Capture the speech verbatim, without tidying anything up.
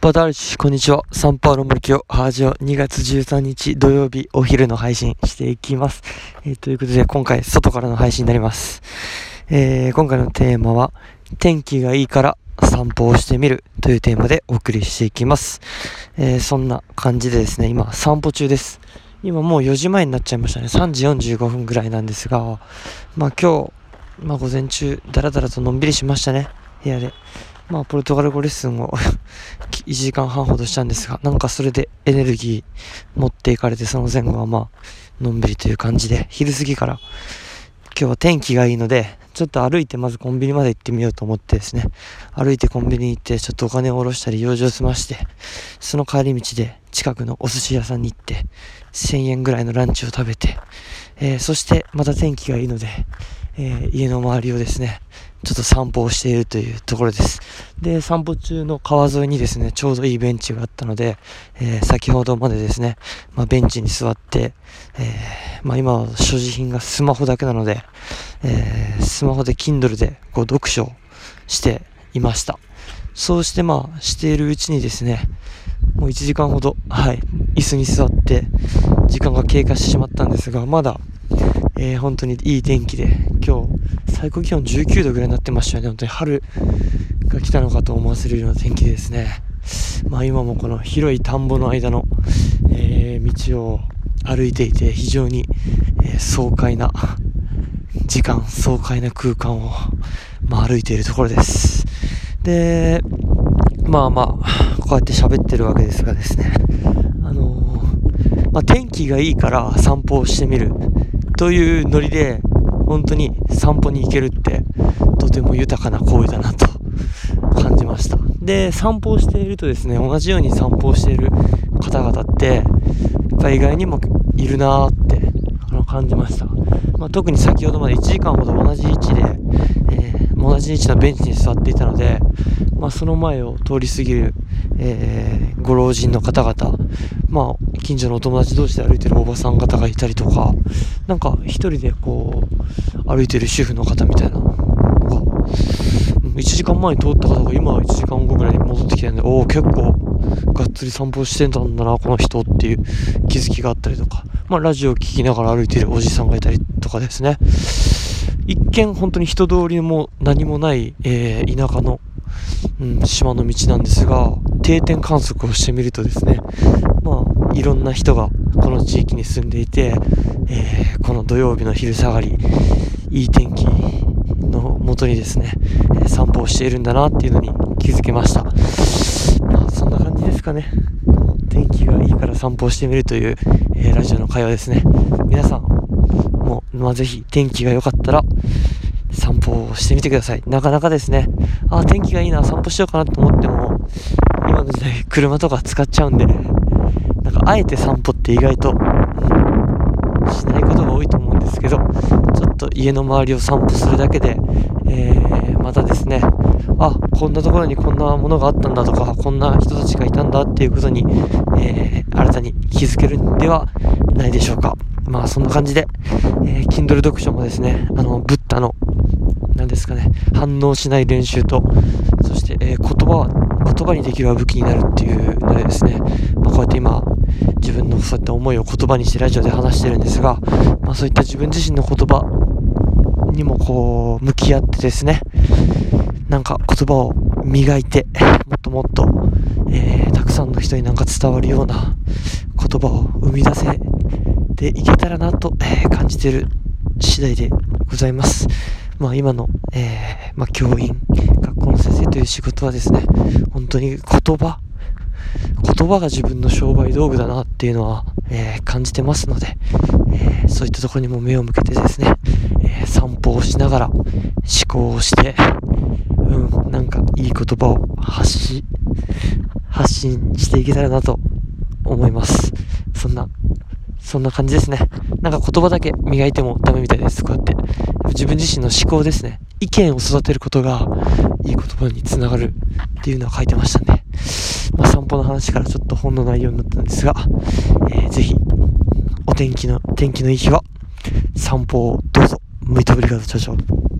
バタールチこんにちは。サンパウロ森清ハージオにがつじゅうさんにち土曜日お昼の配信していきます。えー、ということで今回外からの配信になります。えー、今回のテーマは天気がいいから散歩をしてみるというテーマでお送りしていきます。えー、そんな感じでですね、今散歩中です。今もうよじまえになっちゃいましたね。さんじよんじゅうごふんぐらいなんですが、まあ今日、まあ午前中だらだらとのんびりしましたね。部屋で。まあポルトガル語レッスンをいちじかんはんほどしたんですが、なんかそれでエネルギー持っていかれて、その前後はまあのんびりという感じで、昼過ぎから今日は天気がいいのでちょっと歩いてまずコンビニまで行ってみようと思ってですね、歩いてコンビニに行ってちょっとお金を下ろしたり用事を済まして、その帰り道で近くのお寿司屋さんに行ってせんえんぐらいのランチを食べて、えー、そしてまた天気がいいので、えー、家の周りをですねちょっと散歩をしているというところです。で、散歩中の川沿いにですねちょうどいいベンチがあったので、えー、先ほどまでですね、まあ、ベンチに座って、えーまあ、今は所持品がスマホだけなので、えー、スマホで Kindle でこう読書をしていました。そうしてまあしているうちにですね、もういちじかんほど、はい、椅子に座って時間が経過してしまったんですが、まだ、えー、本当にいい天気で、今日最高気温じゅうきゅうどぐらいになってましたよね。本当に春が来たのかと思わせるような天気ですね。まあ今もこの広い田んぼの間の、えー、道を歩いていて、非常に、えー、爽快な時間、爽快な空間を、まあ、歩いているところです。で、まあまあこうやって喋ってるわけですがですね、あのー、まあ天気がいいから散歩をしてみるというノリで本当に散歩に行けるってとても豊かな行為だなと感じました。で、散歩をしているとですね、同じように散歩をしている方々ってやっぱり意外にもいるなーってあの感じました。まあ、特に先ほどまでいちじかんほど同じ位置で、えー、同じ位置のベンチに座っていたので、まあ、その前を通り過ぎる、えー、ご老人の方々、まあ、近所のお友達同士で歩いてるおばさん方がいたりとか、なんか一人でこう歩いてる主婦の方みたいなのがいちじかんまえに通った方が今はいちじかんごぐらいに戻ってきたんで、おお結構がっつり散歩してたんだなこの人っていう気づきがあったりとか、まあラジオを聞きながら歩いてるおじさんがいたりとかですね、一見本当に人通りも何もない、えー、田舎の、うん、島の道なんですが、定点観測をしてみるとですね、まあいろんな人がこの地域に住んでいて、えー、この土曜日の昼下がりいい天気の元にですね、えー、散歩をしているんだなっていうのに気づけました。まあそんな感じですかね。天気がいいから散歩をしてみるという、えー、ラジオの会話ですね。皆さんも、まあ、ぜひ天気が良かったら散歩をしてみてください。なかなかですね、あ天気がいいな散歩しようかなと思っても今の時代車とか使っちゃうんで、なんかあえて散歩って意外と、うん、しないことが多いと思うんですけど、ちょっと家の周りを散歩するだけで、えー、またですね、あこんなところにこんなものがあったんだとか、こんな人たちがいたんだっていうことに、えー、新たに気づけるんではないでしょうか。まあそんな感じで、えー、Kindle 読書もですね、あのブッダの何ですかね、反応しない練習と、そして、えー、言葉は言葉にできるは武器になるっていうのでですね、まあ、こうやって今自分のそういった思いを言葉にしてラジオで話してるんですが、まあ、そういった自分自身の言葉にもこう向き合ってですね、なんか言葉を磨いてもっともっと、えー、たくさんの人になんか伝わるような言葉を生み出せていけたらなと、えー、感じている次第でございます。まあ今の、えー、まあ教員、学校の先生という仕事はですね、本当に言葉、言葉が自分の商売道具だなっていうのは、えー、感じてますので、えー、そういったところにも目を向けてですね、えー、散歩をしながら思考をして、うん、なんかいい言葉を発し、発信していけたらなと思います。そんなそんな感じですね。なんか言葉だけ磨いてもダメみたいです。こうやって自分自身の思考ですね、意見を育てることがいい言葉につながるっていうのは書いてましたね。まあ散歩の話からちょっと本の内容になったんですが、えー、ぜひお天気の天気のいい日は散歩をどうぞ。ムイトブリガードチャチャ。